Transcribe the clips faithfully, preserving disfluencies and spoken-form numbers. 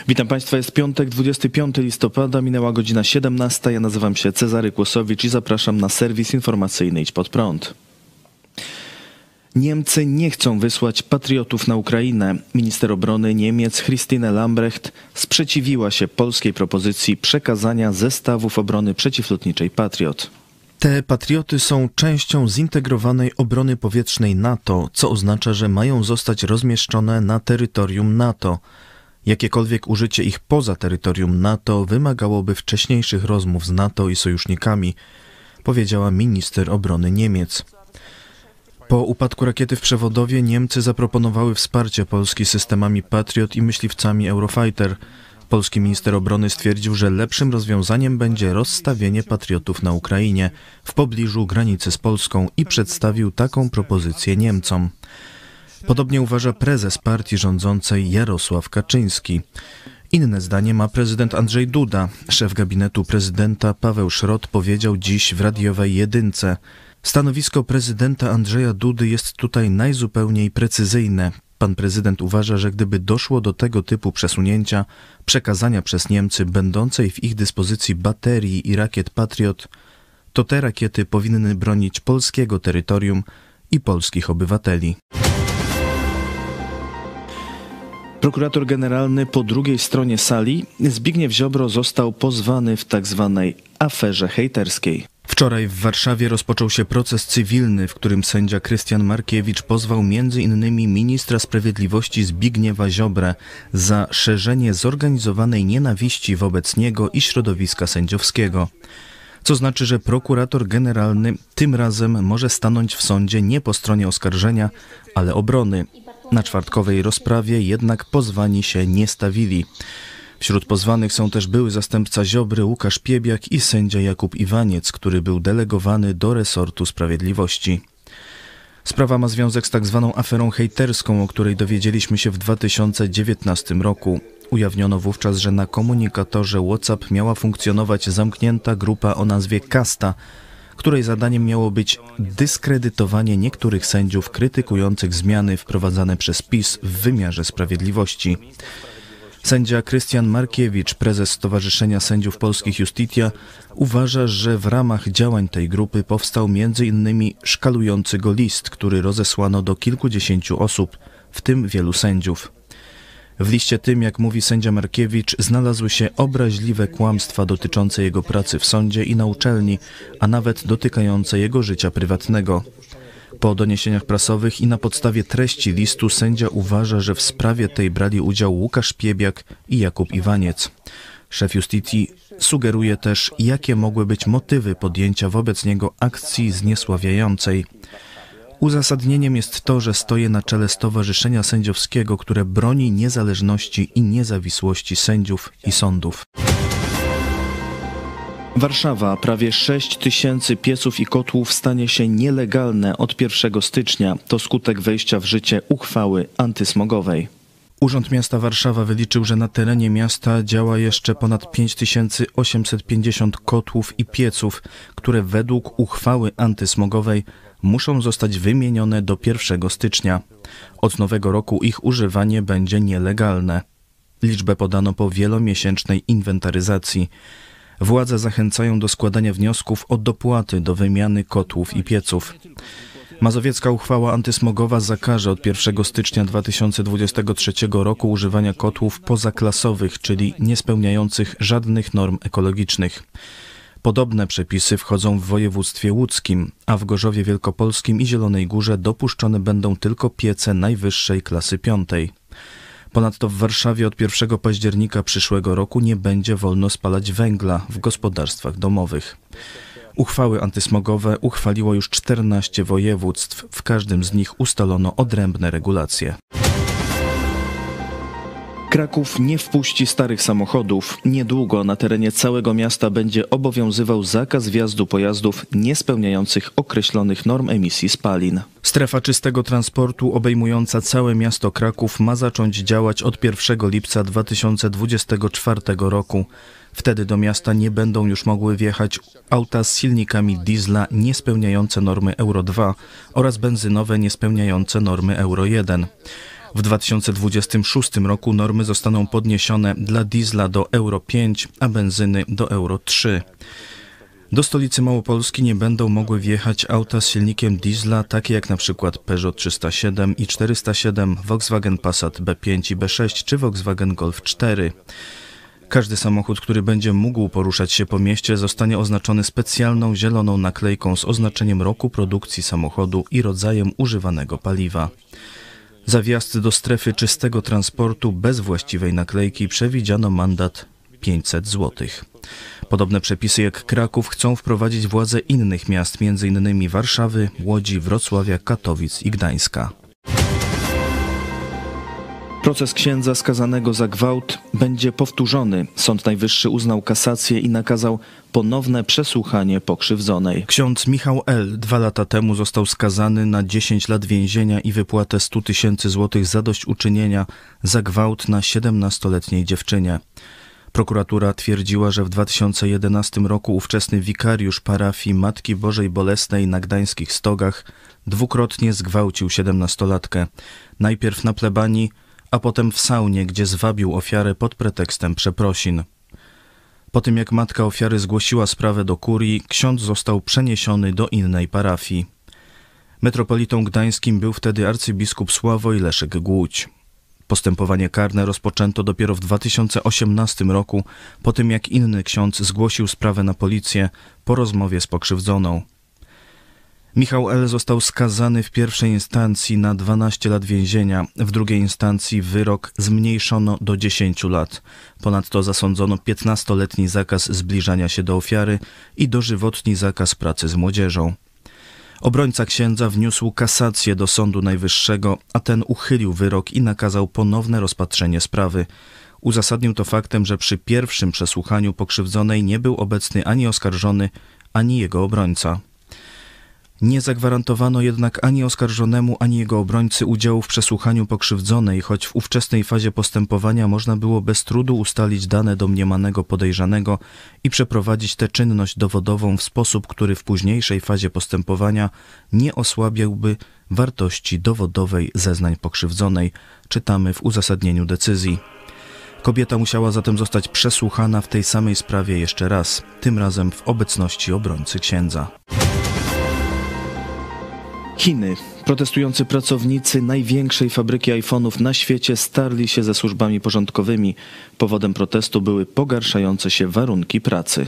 Witam Państwa, jest piątek, dwudziestego piątego listopada, minęła godzina siedemnasta. Ja nazywam się Cezary Kłosowicz i zapraszam na serwis informacyjny Idź Pod Prąd. Niemcy nie chcą wysłać patriotów na Ukrainę. Minister obrony Niemiec Christine Lambrecht sprzeciwiła się polskiej propozycji przekazania zestawów obrony przeciwlotniczej Patriot. Te patrioty są częścią zintegrowanej obrony powietrznej NATO, co oznacza, że mają zostać rozmieszczone na terytorium NATO. Jakiekolwiek użycie ich poza terytorium NATO wymagałoby wcześniejszych rozmów z NATO i sojusznikami, powiedziała minister obrony Niemiec. Po upadku rakiety w Przewodowie Niemcy zaproponowały wsparcie Polski systemami Patriot i myśliwcami Eurofighter. Polski minister obrony stwierdził, że lepszym rozwiązaniem będzie rozstawienie patriotów na Ukrainie, w pobliżu granicy z Polską i przedstawił taką propozycję Niemcom. Podobnie uważa prezes partii rządzącej Jarosław Kaczyński. Inne zdanie ma prezydent Andrzej Duda. Szef gabinetu prezydenta Paweł Szrot powiedział dziś w radiowej Jedynce: stanowisko prezydenta Andrzeja Dudy jest tutaj najzupełniej precyzyjne. Pan prezydent uważa, że gdyby doszło do tego typu przesunięcia, przekazania przez Niemcy będącej w ich dyspozycji baterii i rakiet Patriot, to te rakiety powinny bronić polskiego terytorium i polskich obywateli. Prokurator generalny po drugiej stronie sali, Zbigniew Ziobro, został pozwany w tzw. aferze hejterskiej. Wczoraj w Warszawie rozpoczął się proces cywilny, w którym sędzia Krystian Markiewicz pozwał między innymi ministra sprawiedliwości Zbigniewa Ziobrę za szerzenie zorganizowanej nienawiści wobec niego i środowiska sędziowskiego. Co znaczy, że prokurator generalny tym razem może stanąć w sądzie nie po stronie oskarżenia, ale obrony. Na czwartkowej rozprawie jednak pozwani się nie stawili. Wśród pozwanych są też były zastępca Ziobry Łukasz Piebiak i sędzia Jakub Iwaniec, który był delegowany do resortu sprawiedliwości. Sprawa ma związek z tak zwaną aferą hejterską, o której dowiedzieliśmy się w dwa tysiące dziewiętnastym roku. Ujawniono wówczas, że na komunikatorze WhatsApp miała funkcjonować zamknięta grupa o nazwie Kasta, której zadaniem miało być dyskredytowanie niektórych sędziów krytykujących zmiany wprowadzane przez PiS w wymiarze sprawiedliwości. Sędzia Krystian Markiewicz, prezes Stowarzyszenia Sędziów Polskich Justitia, uważa, że w ramach działań tej grupy powstał między innymi szkalujący go list, który rozesłano do kilkudziesięciu osób, w tym wielu sędziów. W liście tym, jak mówi sędzia Markiewicz, znalazły się obraźliwe kłamstwa dotyczące jego pracy w sądzie i na uczelni, a nawet dotykające jego życia prywatnego. Po doniesieniach prasowych i na podstawie treści listu sędzia uważa, że w sprawie tej brali udział Łukasz Piebiak i Jakub Iwaniec. Szef Justitii sugeruje też, jakie mogły być motywy podjęcia wobec niego akcji zniesławiającej. Uzasadnieniem jest to, że stoję na czele Stowarzyszenia Sędziowskiego, które broni niezależności i niezawisłości sędziów i sądów. Warszawa. Prawie sześć tysięcy pieców i kotłów stanie się nielegalne od pierwszego stycznia. To skutek wejścia w życie uchwały antysmogowej. Urząd Miasta Warszawa wyliczył, że na terenie miasta działa jeszcze ponad pięć tysięcy osiemset pięćdziesiąt kotłów i pieców, które według uchwały antysmogowej muszą zostać wymienione do pierwszego stycznia. Od nowego roku ich używanie będzie nielegalne. Liczbę podano po wielomiesięcznej inwentaryzacji. Władze zachęcają do składania wniosków o dopłaty do wymiany kotłów i pieców. Mazowiecka uchwała antysmogowa zakaże od pierwszego stycznia dwa tysiące dwudziestego trzeciego roku używania kotłów pozaklasowych, czyli niespełniających żadnych norm ekologicznych. Podobne przepisy wchodzą w województwie łódzkim, a w Gorzowie Wielkopolskim i Zielonej Górze dopuszczone będą tylko piece najwyższej klasy piątej. Ponadto w Warszawie od pierwszego października przyszłego roku nie będzie wolno spalać węgla w gospodarstwach domowych. Uchwały antysmogowe uchwaliło już czternaście województw. W każdym z nich ustalono odrębne regulacje. Kraków nie wpuści starych samochodów. Niedługo na terenie całego miasta będzie obowiązywał zakaz wjazdu pojazdów niespełniających określonych norm emisji spalin. Strefa czystego transportu obejmująca całe miasto Kraków ma zacząć działać od pierwszego lipca dwa tysiące dwudziestego czwartego roku. Wtedy do miasta nie będą już mogły wjechać auta z silnikami diesla niespełniające normy Euro dwa oraz benzynowe niespełniające normy Euro jeden. W dwa tysiące dwudziestym szóstym roku normy zostaną podniesione dla diesla do Euro pięć, a benzyny do Euro trzy. Do stolicy Małopolski nie będą mogły wjechać auta z silnikiem diesla, takie jak na przykład Peugeot trzysta siedem i czterysta siedem, Volkswagen Passat B pięć i B sześć czy Volkswagen Golf cztery. Każdy samochód, który będzie mógł poruszać się po mieście, zostanie oznaczony specjalną zieloną naklejką z oznaczeniem roku produkcji samochodu i rodzajem używanego paliwa. Za wjazd do strefy czystego transportu bez właściwej naklejki przewidziano mandat pięćset złotych. Podobne przepisy jak Kraków chcą wprowadzić władze innych miast, między innymi Warszawy, Łodzi, Wrocławia, Katowic i Gdańska. Proces księdza skazanego za gwałt będzie powtórzony. Sąd Najwyższy uznał kasację i nakazał ponowne przesłuchanie pokrzywdzonej. Ksiądz Michał L. dwa lata temu został skazany na dziesięć lat więzienia i wypłatę stu tysięcy złotych zadośćuczynienia za gwałt na siedemnastoletniej dziewczynie. Prokuratura twierdziła, że w dwa tysiące jedenastym roku ówczesny wikariusz parafii Matki Bożej Bolesnej na gdańskich Stogach dwukrotnie zgwałcił siedemnastolatkę. Najpierw na plebanii, a potem w saunie, gdzie zwabił ofiarę pod pretekstem przeprosin. Po tym jak matka ofiary zgłosiła sprawę do kurii, ksiądz został przeniesiony do innej parafii. Metropolitą gdańskim był wtedy arcybiskup Sławoj Leszek Głódź. Postępowanie karne rozpoczęto dopiero w dwa tysiące osiemnastym roku, po tym jak inny ksiądz zgłosił sprawę na policję po rozmowie z pokrzywdzoną. Michał L. został skazany w pierwszej instancji na dwanaście lat więzienia, w drugiej instancji wyrok zmniejszono do dziesięciu lat. Ponadto zasądzono piętnastoletni zakaz zbliżania się do ofiary i dożywotni zakaz pracy z młodzieżą. Obrońca księdza wniósł kasację do Sądu Najwyższego, a ten uchylił wyrok i nakazał ponowne rozpatrzenie sprawy. Uzasadnił to faktem, że przy pierwszym przesłuchaniu pokrzywdzonej nie był obecny ani oskarżony, ani jego obrońca. Nie zagwarantowano jednak ani oskarżonemu, ani jego obrońcy udziału w przesłuchaniu pokrzywdzonej, choć w ówczesnej fazie postępowania można było bez trudu ustalić dane domniemanego podejrzanego i przeprowadzić tę czynność dowodową w sposób, który w późniejszej fazie postępowania nie osłabiałby wartości dowodowej zeznań pokrzywdzonej, czytamy w uzasadnieniu decyzji. Kobieta musiała zatem zostać przesłuchana w tej samej sprawie jeszcze raz, tym razem w obecności obrońcy księdza. Chiny. Protestujący pracownicy największej fabryki iPhone'ów na świecie starli się ze służbami porządkowymi. Powodem protestu były pogarszające się warunki pracy.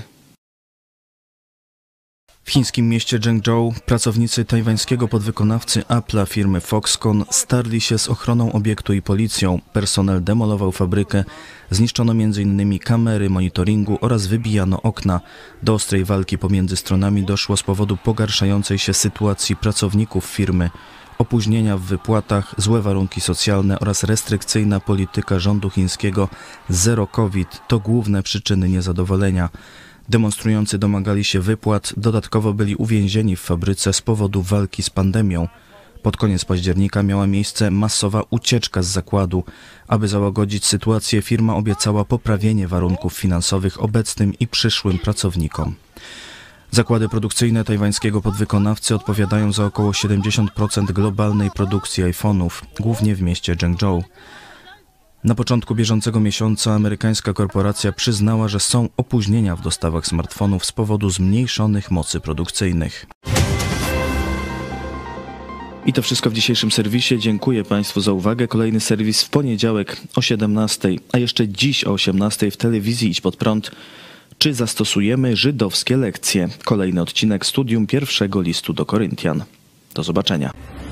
W chińskim mieście Zhengzhou pracownicy tajwańskiego podwykonawcy Apple'a firmy Foxconn starli się z ochroną obiektu i policją. Personel demolował fabrykę, zniszczono między innymi kamery monitoringu oraz wybijano okna. Do ostrej walki pomiędzy stronami doszło z powodu pogarszającej się sytuacji pracowników firmy. Opóźnienia w wypłatach, złe warunki socjalne oraz restrykcyjna polityka rządu chińskiego Zero COVID to główne przyczyny niezadowolenia. Demonstrujący domagali się wypłat, dodatkowo byli uwięzieni w fabryce z powodu walki z pandemią. Pod koniec października miała miejsce masowa ucieczka z zakładu. Aby załagodzić sytuację, firma obiecała poprawienie warunków finansowych obecnym i przyszłym pracownikom. Zakłady produkcyjne tajwańskiego podwykonawcy odpowiadają za około siedemdziesiąt procent globalnej produkcji iPhone'ów, głównie w mieście Zhengzhou. Na początku bieżącego miesiąca amerykańska korporacja przyznała, że są opóźnienia w dostawach smartfonów z powodu zmniejszonych mocy produkcyjnych. I to wszystko w dzisiejszym serwisie. Dziękuję Państwu za uwagę. Kolejny serwis w poniedziałek o siedemnastej, a jeszcze dziś o osiemnastej w telewizji Idź Pod Prąd. Czy zastosujemy żydowskie lekcje? Kolejny odcinek studium pierwszego listu do Koryntian. Do zobaczenia.